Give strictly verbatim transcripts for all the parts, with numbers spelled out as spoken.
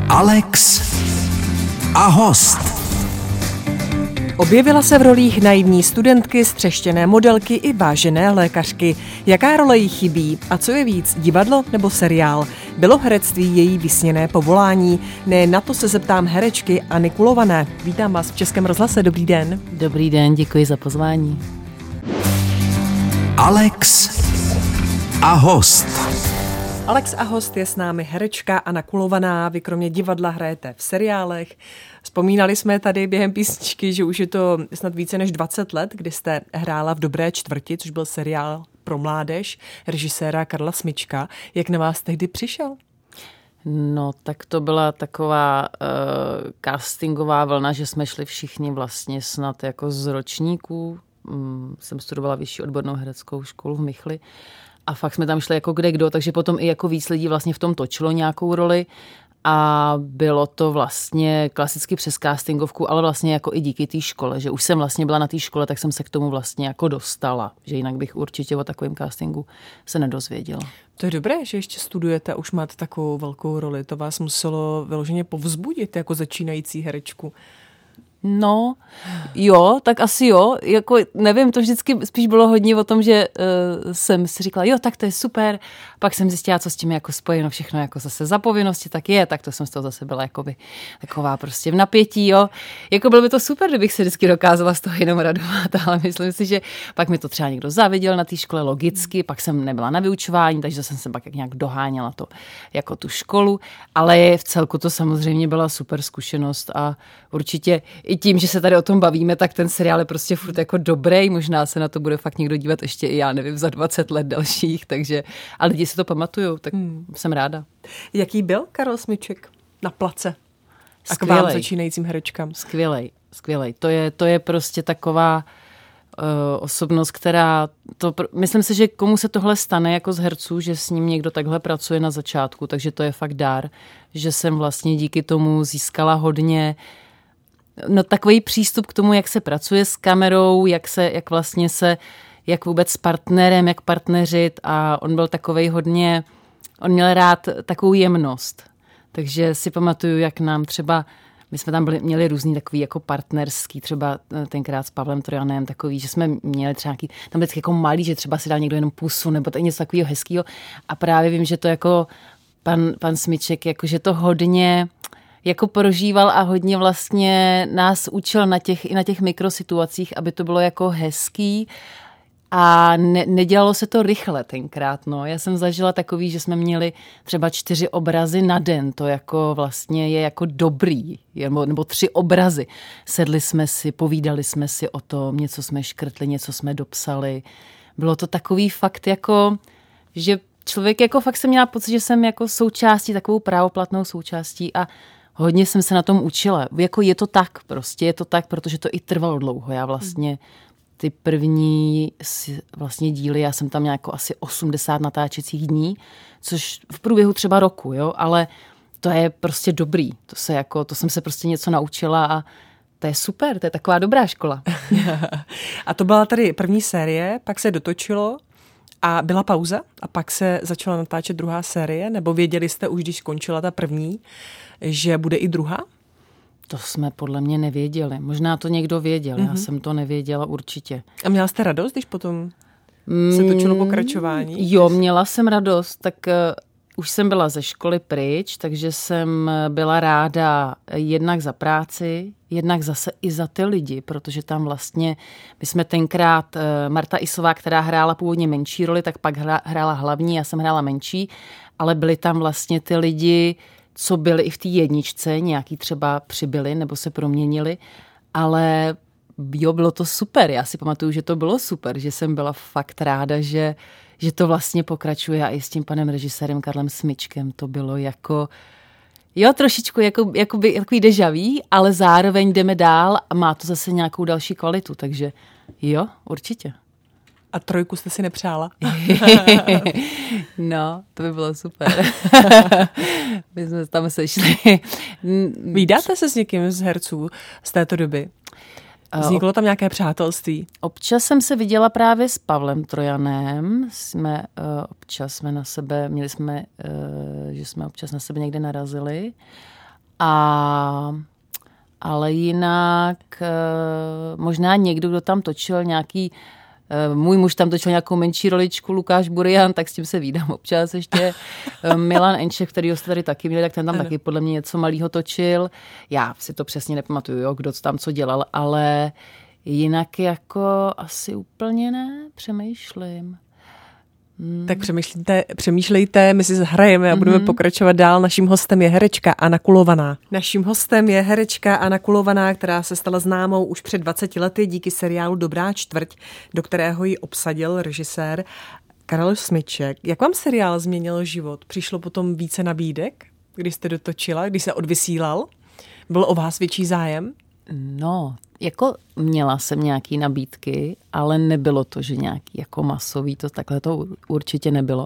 Alex a host. Objevila se v rolích naivní studentky, střeštěné modelky i vážené lékařky. Jaká role jí chybí a co je víc, divadlo nebo seriál? Bylo herectví její vysněné povolání? Ne, na to se zeptám herečky Anny Kulované. Vítám vás v Českém rozhlase, dobrý den. Dobrý den, děkuji za pozvání. Alex a host. Alex a host je s námi herečka Anna Kulovaná. Vy kromě divadla hrajete v seriálech. Vzpomínali jsme tady během písničky, že už je to snad více než dvacet let, kdy jste hrála v Dobré čtvrti, což byl seriál pro mládež režiséra Karla Smyčka. Jak na vás tehdy přišel? No, tak to byla taková uh, castingová vlna, že jsme šli všichni vlastně snad jako z ročníků. Um, jsem studovala vyšší odbornou hereckou školu v Michli. A fakt jsme tam šli jako kde kdo, takže potom i jako víc lidí vlastně v tom točilo nějakou roli. A bylo to vlastně klasicky přes castingovku, ale vlastně jako i díky té škole, že už jsem vlastně byla na té škole, tak jsem se k tomu vlastně jako dostala, že jinak bych určitě o takovém castingu se nedozvěděla. To je dobré, že ještě studujete a už máte takovou velkou roli. To vás muselo vyloženě povzbudit jako začínající herečku. No, jo, tak asi jo, jako nevím, to vždycky spíš bylo hodně o tom, že uh, jsem si říkala, jo, tak to je super, pak jsem zjistila, co s tím je jako spojeno, všechno jako zase za povinnosti, tak je, tak to jsem z toho zase byla jakoby taková prostě v napětí, jo, jako bylo by to super, kdybych se vždycky dokázala z toho jenom radovat, ale myslím si, že pak mi to třeba někdo záviděl na té škole logicky, pak jsem nebyla na vyučování, takže jsem se pak nějak doháněla to jako tu školu, ale v celku to samozřejmě byla super zkušenost a určitě i tím, že se tady o tom bavíme, tak ten seriál je prostě furt jako dobrý, možná se na to bude fakt někdo dívat ještě i já nevím, za dvacet let dalších, takže, ale lidi si to pamatujou, tak hmm. jsem ráda. Jaký byl Karel Smyček na place? A k vám začínajícím herečkám? Skvělej, skvělej. To je, to je prostě taková uh, osobnost, která, to, myslím si, že komu se tohle stane jako z herců, že s ním někdo takhle pracuje na začátku, takže to je fakt dár, že jsem vlastně díky tomu získala hodně no takový přístup k tomu, jak se pracuje s kamerou, jak se, jak vlastně se, jak vůbec s partnerem, jak partneřit a on byl takovej hodně, on měl rád takovou jemnost. Takže si pamatuju, jak nám třeba, my jsme tam byli, měli různý takový jako partnerský, třeba tenkrát s Pavlem Trojanem, takový, že jsme měli třeba nějaký, tam byl jako malý, že třeba si dal někdo jenom pusu, nebo to něco takového hezkého. A právě vím, že to jako pan, pan Smyček, jakože to hodně jako prožíval a hodně vlastně nás učil na těch, i na těch mikrosituacích, aby to bylo jako hezký a ne, nedělalo se to rychle tenkrát. No. Já jsem zažila takový, že jsme měli třeba čtyři obrazy na den, to jako vlastně je jako dobrý, nebo, nebo tři obrazy. Sedli jsme si, povídali jsme si o tom, něco jsme škrtli, něco jsme dopsali. Bylo to takový fakt jako, že člověk jako fakt jsem měla pocit, že jsem jako součástí, takovou právoplatnou součástí a hodně jsem se na tom učila. Jako je to tak prostě, je to tak, protože to i trvalo dlouho. Já vlastně ty první vlastně díly, já jsem tam měla jako asi osmdesát natáčecích dní, což v průběhu třeba roku, jo, ale to je prostě dobrý. To se jako, to jsem se prostě něco naučila a to je super, to je taková dobrá škola. A to byla tady první série, pak se dotočilo a byla pauza a pak se začala natáčet druhá série, nebo věděli jste už, když skončila ta první, že bude i druhá? To jsme podle mě nevěděli. Možná to někdo věděl, mm-hmm. Já jsem to nevěděla určitě. A měla jste radost, když potom se točilo pokračování? Jo, měla jsem radost, tak uh, už jsem byla ze školy pryč, takže jsem byla ráda jednak za práci, jednak zase i za ty lidi, protože tam vlastně, my jsme tenkrát, uh, Marta Isová, která hrála původně menší roli, tak pak hra, hrála hlavní, já jsem hrála menší, ale byli tam vlastně ty lidi, co byli i v té jedničce, nějaký třeba přibyli nebo se proměnili, ale jo, bylo to super. Já si pamatuju, že to bylo super, že jsem byla fakt ráda, že, že to vlastně pokračuje a i s tím panem režisérem Karlem Smyčkem to bylo jako, jo, trošičku jako, jakoby, takový déjà vu, ale zároveň jdeme dál a má to zase nějakou další kvalitu, takže jo, určitě. A trojku jste si nepřála? No, to by bylo super. My jsme tam sešli. Vídáte se s někým z herců z této doby? Vzniklo tam nějaké přátelství? Občas jsem se viděla právě s Pavlem Trojanem. Jsme, občas jsme na sebe, měli jsme, že jsme občas na sebe někde narazili. A, ale jinak možná někdo, kdo tam točil nějaký, můj muž tam točil nějakou menší roličku, Lukáš Burian, tak s tím se vídám občas ještě. Milan Enček, který jste tady taky měli, tak ten tam ano. taky podle mě něco malýho točil. Já si to přesně nepamatuju, jo, kdo tam co dělal, ale jinak jako asi úplně ne, přemýšlím. Hmm. Tak přemýšlejte, přemýšlejte, my si zahrajeme a budeme mm-hmm. pokračovat dál. Naším hostem je herečka Anna Kulovaná. Naším hostem je herečka Anna Kulovaná, která se stala známou už před dvaceti lety díky seriálu Dobrá čtvrť, do kterého ji obsadil režisér Karel Smyček. Jak vám seriál změnil život? Přišlo potom více nabídek, když jste dotočila, když se odvysílal? Byl o vás větší zájem? No, jako měla jsem nějaký nabídky, ale nebylo to, že nějaký jako masový, to takhle to určitě nebylo.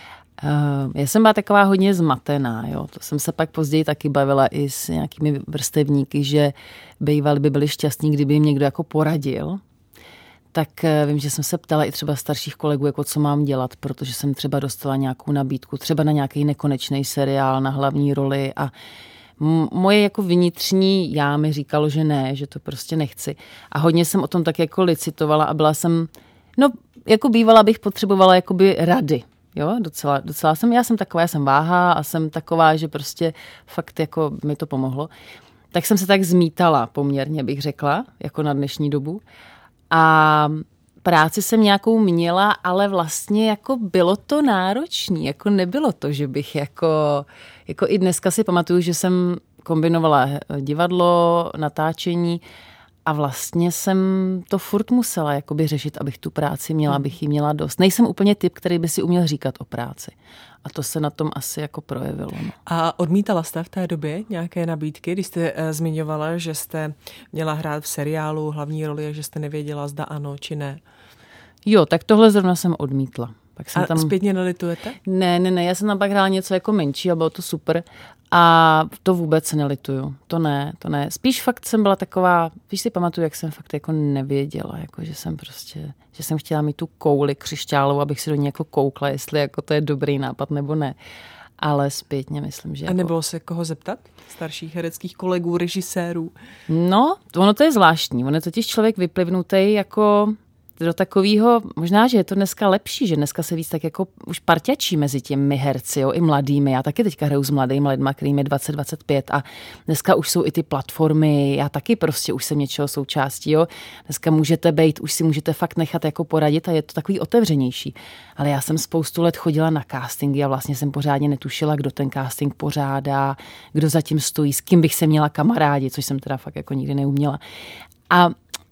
Uh, já jsem byla taková hodně zmatená, jo. To jsem se pak později taky bavila i s nějakými vrstevníky, že bývali by byli šťastní, kdyby jim někdo jako poradil. Tak uh, vím, že jsem se ptala i třeba starších kolegů, jako co mám dělat, protože jsem třeba dostala nějakou nabídku, třeba na nějaký nekonečný seriál, na hlavní roli a moje jako vnitřní já mi říkalo, že ne, že to prostě nechci. A hodně jsem o tom tak jako licitovala a byla jsem, no jako bývala bych potřebovala jakoby rady, jo, docela, docela jsem, já jsem taková, já jsem váha a jsem taková, že prostě fakt jako mi to pomohlo. Tak jsem se tak zmítala poměrně, bych řekla, jako na dnešní dobu. A práci jsem nějakou měla, ale vlastně jako bylo to náročný, jako nebylo to, že bych jako, jako i dneska si pamatuju, že jsem kombinovala divadlo, natáčení a vlastně jsem to furt musela jakoby řešit, abych tu práci měla, abych ji měla dost. Nejsem úplně typ, který by si uměl říkat o práci. A to se na tom asi jako projevilo. No. A odmítala jste v té době nějaké nabídky, když jste uh, zmiňovala, že jste měla hrát v seriálu hlavní roli a že jste nevěděla, zda ano či ne? Jo, tak tohle zrovna jsem odmítla. Pak jsem a tam... zpětně nelitujete? Ne, ne, ne, já jsem tam pak hrála něco jako menší a bylo to super. A to vůbec se nelituju. To ne, to ne. Spíš fakt jsem byla taková, víš si pamatuju, jak jsem fakt jako nevěděla, jako že jsem prostě, že jsem chtěla mít tu kouli křišťálovou, abych si do ní jako koukla, jestli jako to je dobrý nápad nebo ne. Ale zpětně myslím, že... A jako... nebylo se koho zeptat? Starších hereckých kolegů, režisérů? No, ono to je zvláštní. On je totiž člověk vyplivnutý jako... do takového, možná, že je to dneska lepší, že dneska se víc tak jako už parťačí mezi těmi herci, jo, i mladými. Já taky teďka hraju s mladými lidma, kterým je dvacet dvacet pět a dneska už jsou i ty platformy, já taky prostě už jsem něčeho součástí, jo. Dneska můžete být, už si můžete fakt nechat jako poradit a je to takový otevřenější. Ale já jsem spoustu let chodila na castingy a vlastně jsem pořádně netušila, kdo ten casting pořádá, kdo zatím stojí, s kým bych se měla kamarádit, což jsem teda fakt jako nikdy neuměla. A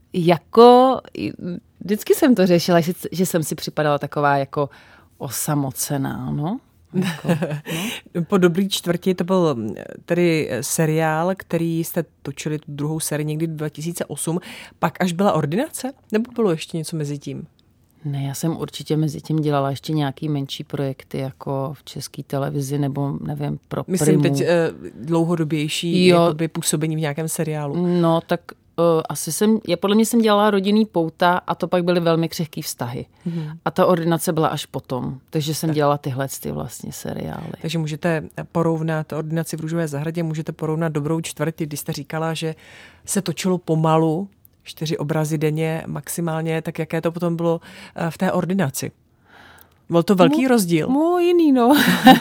jako... Vždycky jsem to řešila, že jsem si připadala taková jako osamocená, no. Jako, no. Po Dobrý čtvrti to byl tedy seriál, který jste točili tu druhou sérii někdy dva tisíce osm, pak až byla ordinace? Nebo bylo ještě něco mezi tím? Ne, já jsem určitě mezi tím dělala ještě nějaký menší projekty, jako v České televizi, nebo nevím, pro Myslím Primu. teď eh, dlouhodobější jakoby působení v nějakém seriálu. No, tak Uh, asi jsem, já podle mě jsem dělala rodinný pouta a to pak byly velmi křehký vztahy. Hmm. A ta ordinace byla až potom. Takže jsem tak. dělala tyhle ty vlastně seriály. Takže můžete porovnat ordinaci v Růžové zahradě, můžete porovnat Dobrou čtvrť, když jste říkala, že se točilo pomalu, čtyři obrazy denně maximálně, tak jaké to potom bylo v té ordinaci? Byl to velký no, rozdíl? No, jiný, no.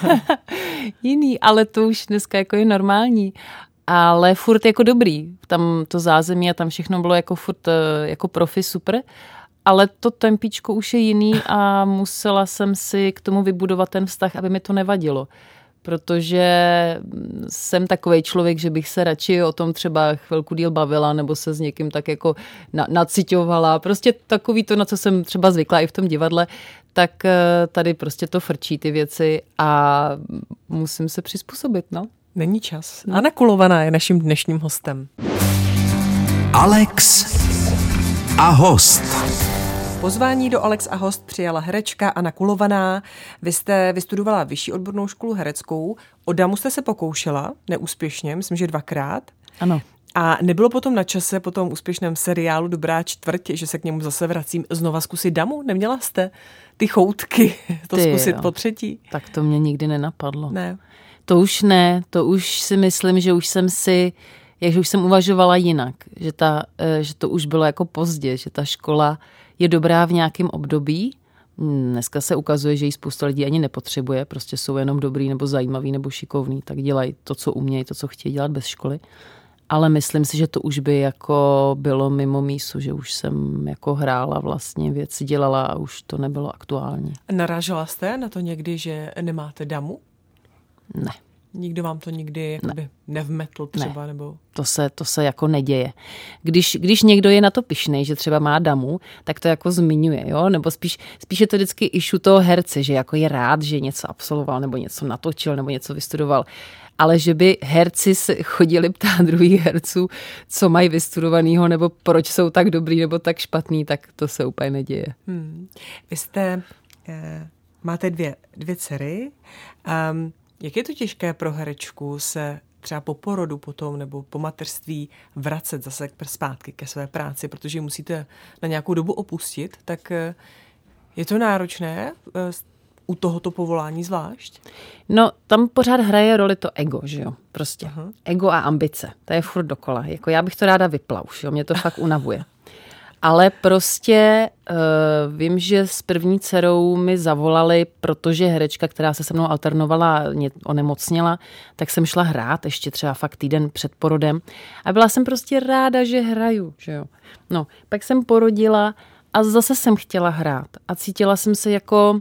jiný, ale to už dneska jako je normální. Ale furt jako dobrý. Tam to zázemí a tam všechno bylo jako furt jako profi super. Ale to tempíčko už je jiný a musela jsem si k tomu vybudovat ten vztah, aby mi to nevadilo. Protože jsem takovej člověk, že bych se radši o tom třeba chvilku díl bavila nebo se s někým tak jako na, naciťovala. Prostě takový to, na co jsem třeba zvykla i v tom divadle, tak tady prostě to frčí ty věci a musím se přizpůsobit, no. Není čas. Anna Kulovaná je naším dnešním hostem. Alex a host. Pozvání do Alex a host přijala herečka Anna Kulovaná. Vy jste vystudovala vyšší odbornou školu hereckou. O damu jste se pokoušela, neúspěšně, myslím, že dvakrát. Ano. A nebylo potom na čase po tom úspěšném seriálu Dobrá čtvrť, že se k němu zase vracím, znova zkusit damu? Neměla jste ty choutky to ty zkusit jo. po třetí? Tak to mě nikdy nenapadlo. Ne. To už ne, to už si myslím, že už jsem si, jakže už jsem uvažovala jinak, že, ta, že to už bylo jako pozdě, že ta škola je dobrá v nějakém období. Dneska se ukazuje, že jí spousta lidí ani nepotřebuje, prostě jsou jenom dobrý nebo zajímavý nebo šikovný, tak dělají to, co umějí, to, co chtějí dělat bez školy. Ale myslím si, že to už by jako bylo mimo mísu, že už jsem jako hrála vlastně věci, dělala a už to nebylo aktuální. Narážela jste na to někdy, že nemáte damu? Ne. Nikdo vám to nikdy jakoby ne. nevmetl třeba? Ne. Nebo... To se, to se jako neděje. Když, když někdo je na to pyšnej, že třeba má damu, tak to jako zmiňuje, jo? Nebo spíš, spíš je to vždycky issue toho herce, že jako je rád, že něco absolvoval, nebo něco natočil, nebo něco vystudoval. Ale že by herci se chodili ptát druhých herců, co mají vystudovanýho, nebo proč jsou tak dobrý, nebo tak špatný, tak to se úplně neděje. Hmm. Vy jste, eh, máte dvě, dvě dcery. Um, jak je to těžké pro herečku se třeba po porodu potom nebo po mateřství vracet zase zpátky ke své práci, protože musíte na nějakou dobu opustit, tak eh, je to náročné eh, u tohoto povolání zvlášť? No, tam pořád hraje roli to ego, že jo, prostě. Aha. Ego a ambice, to je furt dokola. Jako já bych to ráda vypla už, jo, mě to fakt unavuje. Ale prostě uh, vím, že s první dcerou mi zavolali, protože herečka, která se se mnou alternovala, onemocněla, tak jsem šla hrát ještě třeba fakt týden před porodem. A byla jsem prostě ráda, že hraju, že jo. No, pak jsem porodila a zase jsem chtěla hrát. A cítila jsem se jako...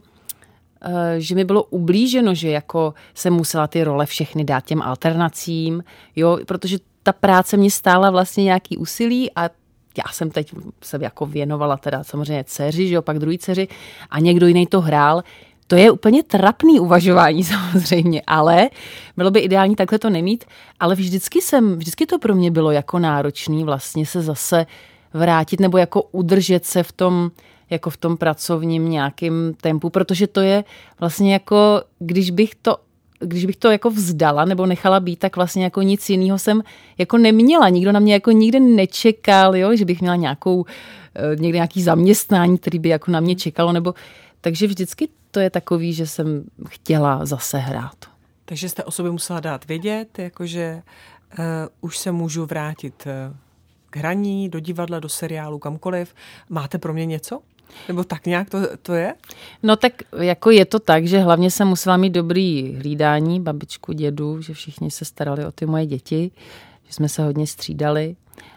že mi bylo ublíženo, že jako jsem musela ty role všechny dát těm alternacím, jo, protože ta práce mě stála vlastně nějaký úsilí a já jsem teď se jako věnovala teda samozřejmě dceři, že jo, pak druhý dceři a někdo jiný to hrál. To je úplně trapný uvažování samozřejmě, ale bylo by ideální takhle to nemít, ale vždycky jsem, vždycky to pro mě bylo jako náročný vlastně se zase vrátit nebo jako udržet se v tom jako v tom pracovním nějakém tempu, protože to je vlastně jako, když bych to, když bych to jako vzdala nebo nechala být, tak vlastně jako nic jiného jsem jako neměla. Nikdo na mě jako nikdy nečekal, jo, že bych měla nějakou, někde nějaký zaměstnání, který by jako na mě čekalo, nebo takže vždycky to je takový, že jsem chtěla zase hrát. Takže jste o sobě musela dát vědět, jakože uh, už se můžu vrátit uh, k hraní, do divadla, do seriálu, kamkoliv. Máte pro mě něco? Nebo tak nějak to, to je? No tak jako je to tak, že hlavně jsem musela mít dobrý hlídání, babičku, dědu, že všichni se starali o ty moje děti, že jsme se hodně střídali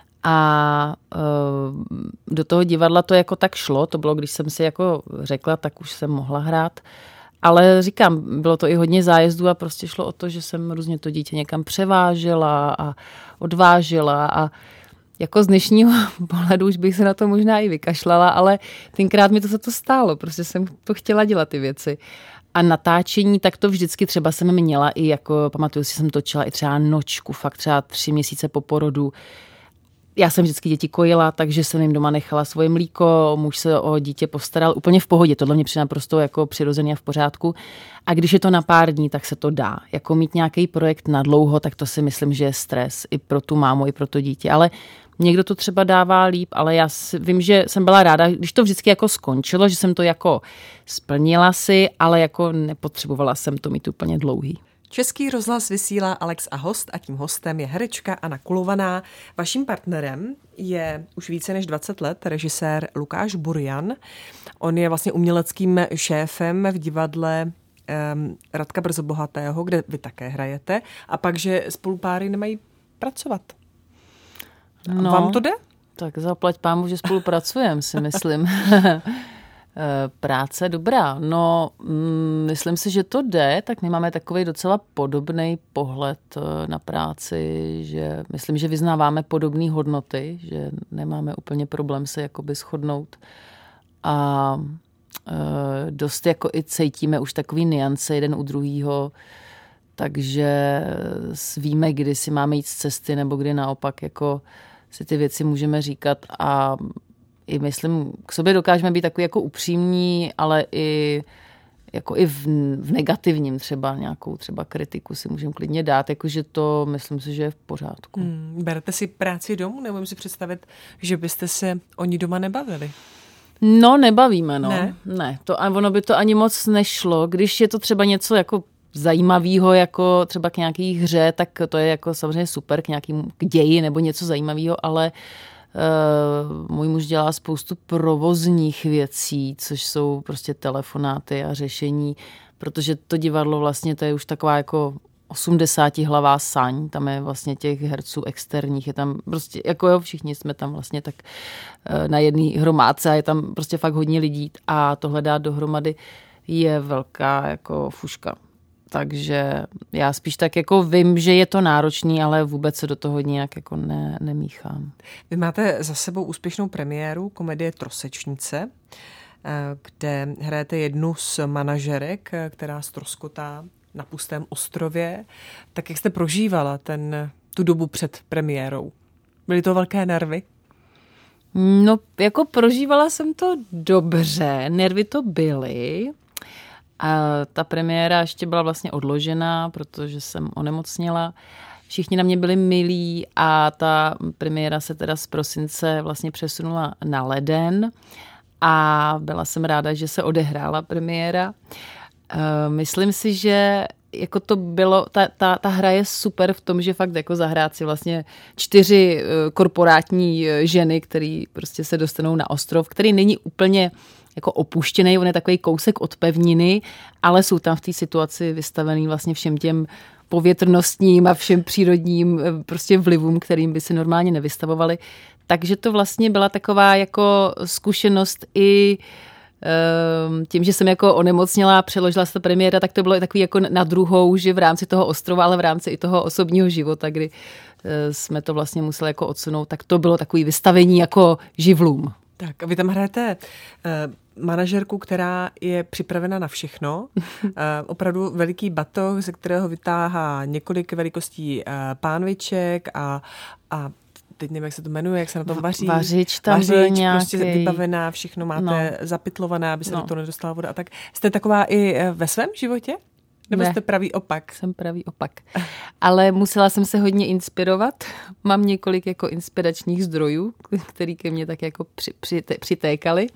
a uh, do toho divadla to jako tak šlo, to bylo, když jsem si jako řekla, tak už jsem mohla hrát, ale říkám, bylo to i hodně zájezdů a prostě šlo o to, že jsem různě to dítě někam převážela a odvážela a jako z dnešního pohledu už bych se na to možná i vykašlala, ale tenkrát mi to za to stálo, prostě jsem to chtěla dělat ty věci. A natáčení, tak to vždycky třeba jsem měla i jako, pamatuju si, jsem točila i třeba nočku, fakt třeba tři měsíce po porodu. Já jsem vždycky děti kojila, takže jsem jim doma nechala svoje mlíko, muž se o dítě postaral úplně v pohodě, tohle mě přijde naprosto jako přirozený a v pořádku. A když je to na pár dní, tak se to dá. Jako mít nějaký projekt na dlouho, tak to si myslím, že je stres i pro tu mámu, i pro to dítě. Ale někdo to třeba dává líp, ale já si, vím, že jsem byla ráda, když to vždycky jako skončilo, že jsem to jako splnila si, ale jako nepotřebovala jsem to mít úplně dlouhý. Český rozhlas vysílá Alex a host a tím hostem je herečka Anna Kulovaná. Vaším partnerem je už více než dvacet let režisér Lukáš Burjan. On je vlastně uměleckým šéfem v divadle um, Radka Brzobohatého, kde vy také hrajete. A pak, že spolupáry nemají pracovat. No, vám to jde? Tak zaplať pámu, že spolupracujeme, si myslím. Práce dobrá. No, mm, myslím si, že to jde, tak my máme takový docela podobný pohled na práci, že myslím, že vyznáváme podobné hodnoty, že nemáme úplně problém se jakoby shodnout. A e, dost jako i cítíme už takový niance jeden u druhýho, takže víme, kdy si máme jít z cesty, nebo kdy naopak jako si ty věci můžeme říkat a i myslím, k sobě dokážeme být takový jako upřímní, ale i jako i v, v negativním třeba nějakou třeba kritiku si můžeme klidně dát, jakože to myslím si, že je v pořádku. Hmm, berete si práci domů? Nemůžu si představit, že byste se o ní doma nebavili. No, nebavíme, no. Ne? Ne, to, ono by to ani moc nešlo, když je to třeba něco jako zajímavého jako třeba k nějaký hře, tak to je jako samozřejmě super, k nějakým k ději nebo něco zajímavého, ale uh, můj muž dělá spoustu provozních věcí, což jsou prostě telefonáty a řešení, protože to divadlo vlastně to je už taková jako osmdesáti-hlavá saň, tam je vlastně těch herců externích, je tam prostě, jako jo, všichni jsme tam vlastně tak na jedné hromádce a je tam prostě fakt hodně lidí a tohle dát dohromady je velká jako fuška. Takže já spíš tak jako vím, že je to náročný, ale vůbec se do toho nějak jako ne, nemíchám. Vy máte za sebou úspěšnou premiéru komedie Trosečnice, kde hrajete jednu z manažerek, která ztroskotá na pustém ostrově. Tak jak jste prožívala ten, tu dobu před premiérou? Byly to velké nervy? No, jako prožívala jsem to dobře. Nervy to byly. A ta premiéra ještě byla vlastně odložená, protože jsem onemocněla. Všichni na mě byli milí a ta premiéra se teda z prosince vlastně přesunula na leden a byla jsem ráda, že se odehrála premiéra. Myslím si, že jako to bylo, ta, ta, ta hra je super v tom, že fakt jako zahrát si vlastně čtyři korporátní ženy, které prostě se dostanou na ostrov, který není úplně jako opuštěný, on je takový kousek od pevniny, ale jsou tam v té situaci vystavený vlastně všem těm povětrnostním a všem přírodním prostě vlivům, kterým by se normálně nevystavovali. Takže to vlastně byla taková jako zkušenost i tím, že jsem jako onemocněla a přeložila se ta premiéra, tak to bylo takový jako na druhou, že v rámci toho ostrova, ale v rámci i toho osobního života, kdy jsme to vlastně museli jako odsunout, tak to bylo takový vystavení jako živlům. Tak a vy tam hrajete uh, manažerku, která je připravena na všechno. Uh, opravdu veliký batoh, ze kterého vytáhá několik velikostí uh, pánviček a, a teď nevím, jak se to jmenuje, jak se na tom vaří. Vařič tam Vařič, byl nějaký. prostě vybavená, všechno máte no. zapytlované, aby se no. do toho nedostala voda a tak. Jste taková i ve svém životě? Nebo ne. jste pravý opak? Jsem pravý opak. Ale musela jsem se hodně inspirovat. Mám několik jako inspiračních zdrojů, který ke mně tak jako při, při, přitékaly.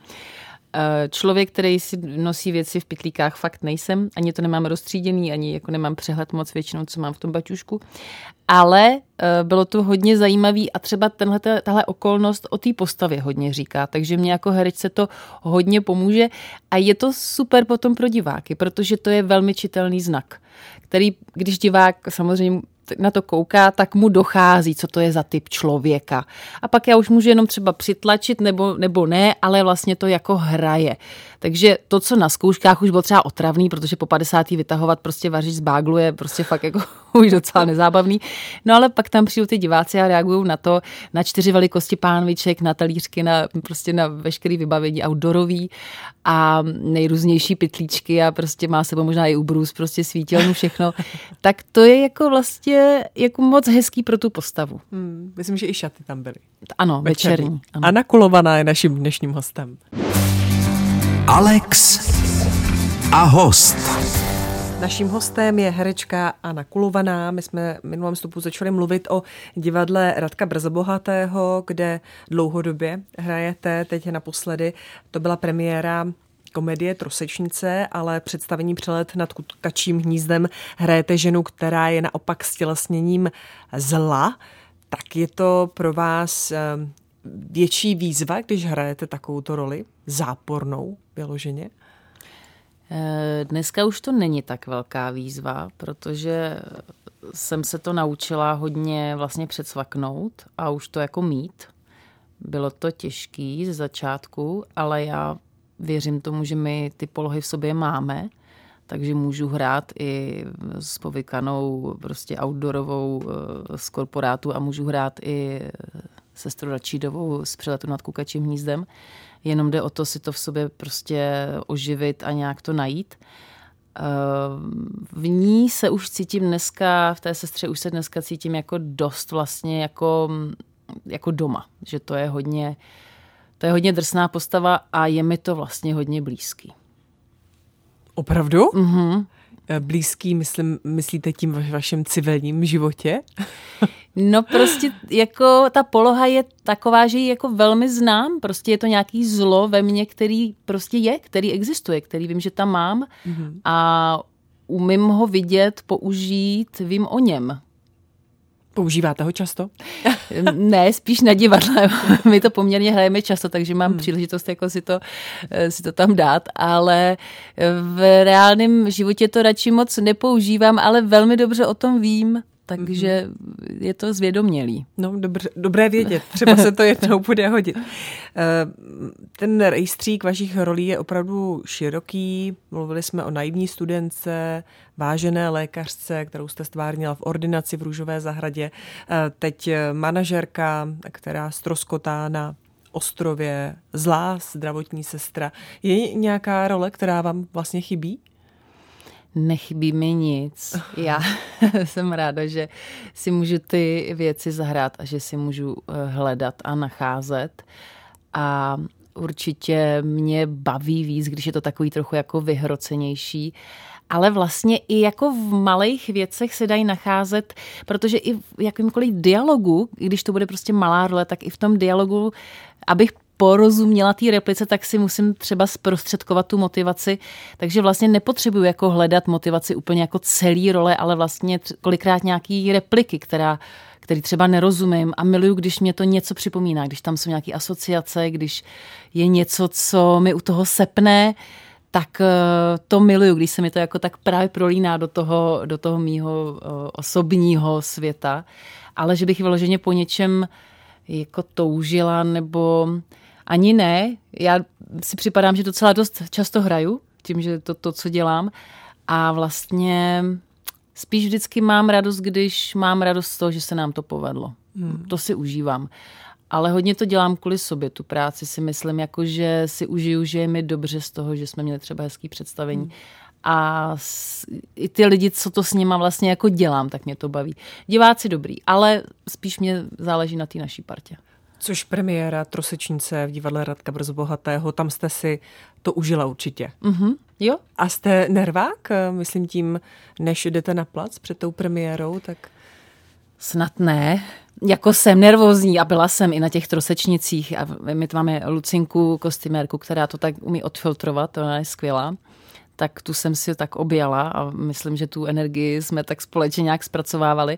Člověk, který si nosí věci v pytlíkách, fakt nejsem. Ani to nemám rozstříděný, ani jako nemám přehled moc většinou, co mám v tom baťušku. Ale bylo to hodně zajímavý a třeba tenhle, tahle okolnost o té postavě hodně říká. Takže mě jako herečce to hodně pomůže a je to super potom pro diváky, protože to je velmi čitelný znak, který, když divák samozřejmě na to kouká, tak mu dochází, co to je za typ člověka. A pak já už můžu jenom třeba přitlačit nebo, nebo ne, ale vlastně to jako hraje. Takže to, co na zkouškách už bylo třeba otravný, protože po padesátý vytahovat prostě vařič z báglu je prostě fakt jako už docela nezábavný. No ale pak tam přijdou ty diváci a reagují na to, na čtyři velikosti pánviček, na talířky, na, prostě na veškerý vybavení outdoorový a nejrůznější pytlíčky a prostě má sebou možná i ubrus, prostě svítilnu, všechno. Tak to je jako vlastně jako moc hezký pro tu postavu. Hmm, myslím, že i šaty tam byly. Ano, večerní. večerní ano. Anna Kulovaná je naším dnešním hostem. Alex a host. Naším hostem je herečka Anna Kulovaná. My jsme v minulém vstupu začali mluvit o divadle Radka Brzobohatého, kde dlouhodobě hrajete, teď naposledy. To byla premiéra komedie Trosečnice, ale představení Přelet nad kačím hnízdem hrajete ženu, která je naopak stělesněním zla. Tak je to pro vás větší výzva, když hrajete takovouto roli, zápornou vyloženě? Dneska už to není tak velká výzva, protože jsem se to naučila hodně vlastně předsvaknout a už to jako mít. Bylo to těžký ze začátku, ale já věřím tomu, že my ty polohy v sobě máme, takže můžu hrát i s povykanou prostě outdoorovou z korporátu a můžu hrát i sestru Račídovou z Přeletu nad kukačím hnízdem. Jenom jde o to si to v sobě prostě oživit a nějak to najít. V ní se už cítím dneska, v té sestře už se dneska cítím jako dost vlastně jako, jako doma. Že to je hodně, to je hodně drsná postava a je mi to vlastně hodně blízký. Opravdu? Mhm. Blízký, myslím, myslíte tím v vašem civilním životě? No prostě jako ta poloha je taková, že ji jako velmi znám. Prostě je to nějaký zlo ve mně, který prostě je, který existuje, který vím, že tam mám. Mm-hmm. A umím ho vidět, použít, vím o něm. Používáte ho často? Ne, spíš na divadle. My to poměrně hrajeme často, takže mám hmm. příležitost jako si to, si to tam dát, ale v reálném životě to radši moc nepoužívám, ale velmi dobře o tom vím, takže je to zvědomělý. No, dobře, dobré vědět, třeba se to jednou bude hodit. Ten rejstřík vašich rolí je opravdu široký. Mluvili jsme o naivní studence, vážené lékařce, kterou jste stvárnila v ordinaci v Růžové zahradě. Teď manažerka, která ztroskotá na ostrově, zlá zdravotní sestra. Je nějaká role, která vám vlastně chybí? Nechybí mi nic. Já jsem ráda, že si můžu ty věci zahrát a že si můžu hledat a nacházet. A určitě mě baví víc, když je to takový trochu jako vyhrocenější. Ale vlastně i jako v malých věcech se dají nacházet, protože i v jakýmkoliv dialogu, když to bude prostě malá role, tak i v tom dialogu, abych porozuměla té replice, tak si musím třeba zprostředkovat tu motivaci. Takže vlastně nepotřebuji jako hledat motivaci úplně jako celý role, ale vlastně kolikrát nějaký repliky, která, který třeba nerozumím a miluju, když mě to něco připomíná, když tam jsou nějaké asociace, když je něco, co mi u toho sepne, tak to miluju, když se mi to jako tak právě prolíná do toho, do toho mýho osobního světa. Ale že bych vyloženě po něčem jako toužila, nebo ani ne. Já si připadám, že docela dost často hraju, tím, že to, to co dělám. A vlastně spíš vždycky mám radost, když mám radost z toho, že se nám to povedlo. Hmm. To si užívám. Ale hodně to dělám kvůli sobě, tu práci si myslím, jako že si užiju, že je mi dobře z toho, že jsme měli třeba hezký představení. Hmm. A s, i ty lidi, co to s nima vlastně jako dělám, tak mě to baví. Diváci dobrý, ale spíš mě záleží na té naší partě. Což premiéra Trosečnice v divadle Radka Brzobohatého, tam jste si to užila určitě. Mm-hmm, jo. A jste nervák, myslím tím, než jdete na plac před tou premiérou, tak... Snad ne. Jako jsem nervózní a byla jsem i na těch Trosečnicích a my tu máme Lucinku, kostymérku, která to tak umí odfiltrovat, ona je skvělá. Tak tu jsem si tak objala a myslím, že tu energii jsme tak společně nějak zpracovávali.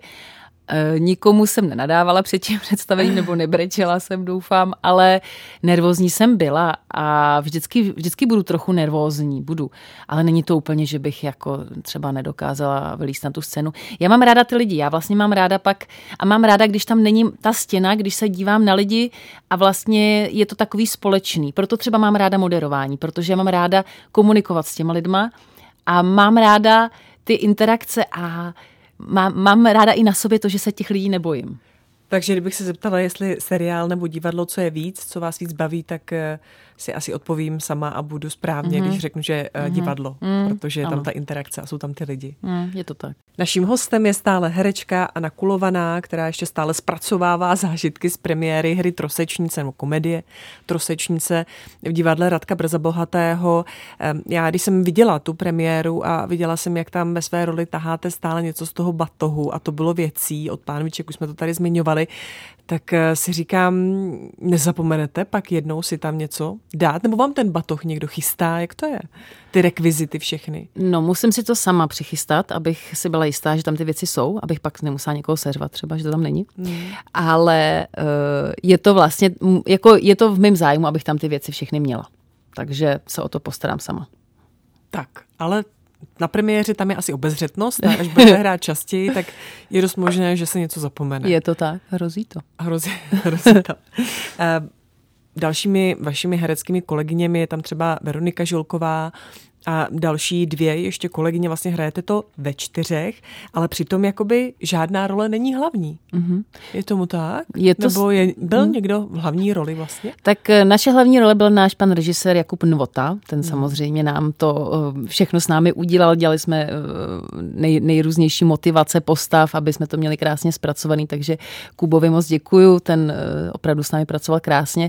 E, nikomu jsem nenadávala před tím představením, nebo nebrečela jsem, doufám, ale nervózní jsem byla a vždycky, vždycky budu trochu nervózní, budu. Ale není to úplně, že bych jako třeba nedokázala vylízt na tu scénu. Já mám ráda ty lidi, já vlastně mám ráda pak a mám ráda, když tam není ta stěna, když se dívám na lidi a vlastně je to takový společný. Proto třeba mám ráda moderování, protože já mám ráda komunikovat s těma lidma a mám ráda ty interakce a Mám, mám ráda i na sobě to, že se těch lidí nebojím. Takže kdybych se zeptala, jestli seriál nebo divadlo, co je víc, co vás víc baví, tak si asi odpovím sama a budu správně, mm-hmm. když řeknu, že mm-hmm. divadlo, mm, protože je tam ano. ta interakce a jsou tam ty lidi. Mm, je to tak. Naším hostem je stále herečka Anna Kulovaná, která ještě stále zpracovává zážitky z premiéry hry Trosečnice, nebo komedie Trosečnice v divadle Radka Brzobohatého. Já, když jsem viděla tu premiéru a viděla jsem, jak tam ve své roli taháte stále něco z toho batohu a to bylo věcí od pánviček, už jsme to tady zmiňovali, tak si říkám, nezapomenete pak jednou si tam něco dát? Nebo vám ten batoh někdo chystá? Jak to je? Ty rekvizity všechny. No, musím si to sama přichystat, abych si byla jistá, že tam ty věci jsou, abych pak nemusela někoho seřvat třeba, že to tam není. Hmm. Ale uh, je to vlastně, jako je to v mém zájmu, abych tam ty věci všechny měla. Takže se o to postarám sama. Tak, ale na premiéře tam je asi obezřetnost, a až budete hrát častěji, tak je dost možné, že se něco zapomene. Je to tak, hrozí to. Hrozí, hrozí to. Uh, dalšími vašimi hereckými kolegyněmi je tam třeba Veronika Žilková a další dvě ještě kolegyně, vlastně hrajete to ve čtyřech, ale přitom jakoby žádná role není hlavní. Mm-hmm. Je tomu tak? Je to... Nebo je, byl mm. někdo v hlavní roli vlastně? Tak naše hlavní role byl náš pan režisér Jakub Novota, ten mm. samozřejmě nám to všechno s námi udělal, dělali jsme nej, nejrůznější motivace postav, aby jsme to měli krásně zpracovaný, takže Kubovi moc děkuju, ten opravdu s námi pracoval krásně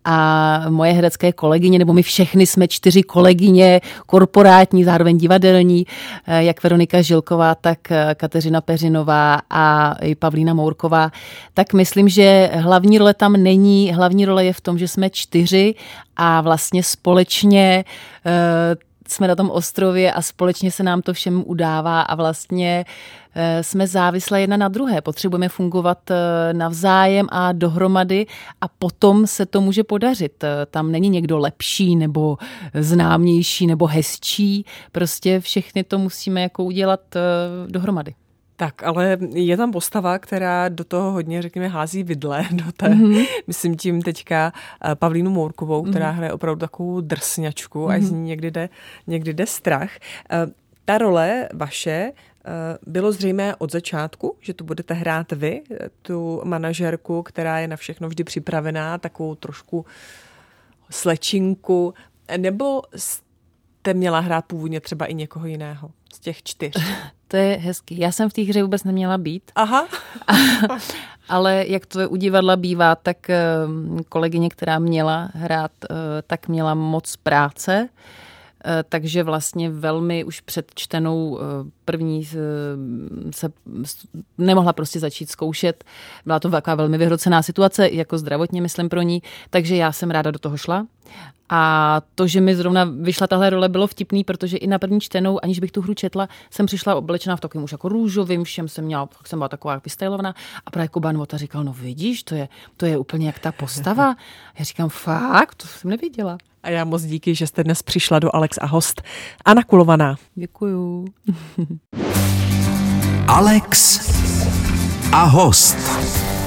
a moje herecké kolegyně, nebo my všechny jsme čtyři kolegyně, korporátní, zároveň divadelní, jak Veronika Žilková, tak Kateřina Peřinová a i Pavlína Mourková, tak myslím, že hlavní role tam není. Hlavní role je v tom, že jsme čtyři a vlastně společně jsme na tom ostrově a společně se nám to všem udává a vlastně jsme závislé jedna na druhé. Potřebujeme fungovat navzájem a dohromady a potom se to může podařit. Tam není někdo lepší nebo známější nebo hezčí. Prostě všechny to musíme jako udělat dohromady. Tak, ale je tam postava, která do toho hodně, řekněme, hází vidle, do té, mm-hmm. myslím tím teďka Pavlínu Mourkovou, která mm-hmm. hraje opravdu takovou drsňačku mm-hmm. a z ní někdy jde, někdy jde strach. Ta role vaše bylo zřejmé od začátku, že tu budete hrát vy, tu manažerku, která je na všechno vždy připravená, takovou trošku slečinku, nebo jste měla hrát původně třeba i někoho jiného z těch čtyř? To je hezký. Já jsem v té hře vůbec neměla být. Aha. Ale jak to u divadla bývá, tak kolegyně, která měla hrát, tak měla moc práce. Takže vlastně velmi už před čtenou první se nemohla prostě začít zkoušet. Byla to taková velmi vyhrocená situace, jako zdravotně myslím pro ní, takže já jsem ráda do toho šla. A to, že mi zrovna vyšla tahle role, bylo vtipný, protože i na první čtenou, aniž bych tu hru četla, jsem přišla oblečená v takovém už jako růžovým, všem jsem měla, tak jsem byla taková vystylovaná a právě Kuban Vota říkal, no vidíš, to je, to je úplně jak ta postava. Já říkám, fakt, to jsem nevěděla. A já moc díky, že jste dnes přišla do Alex a host. Anna Kulovaná. Děkuju. Alex a host.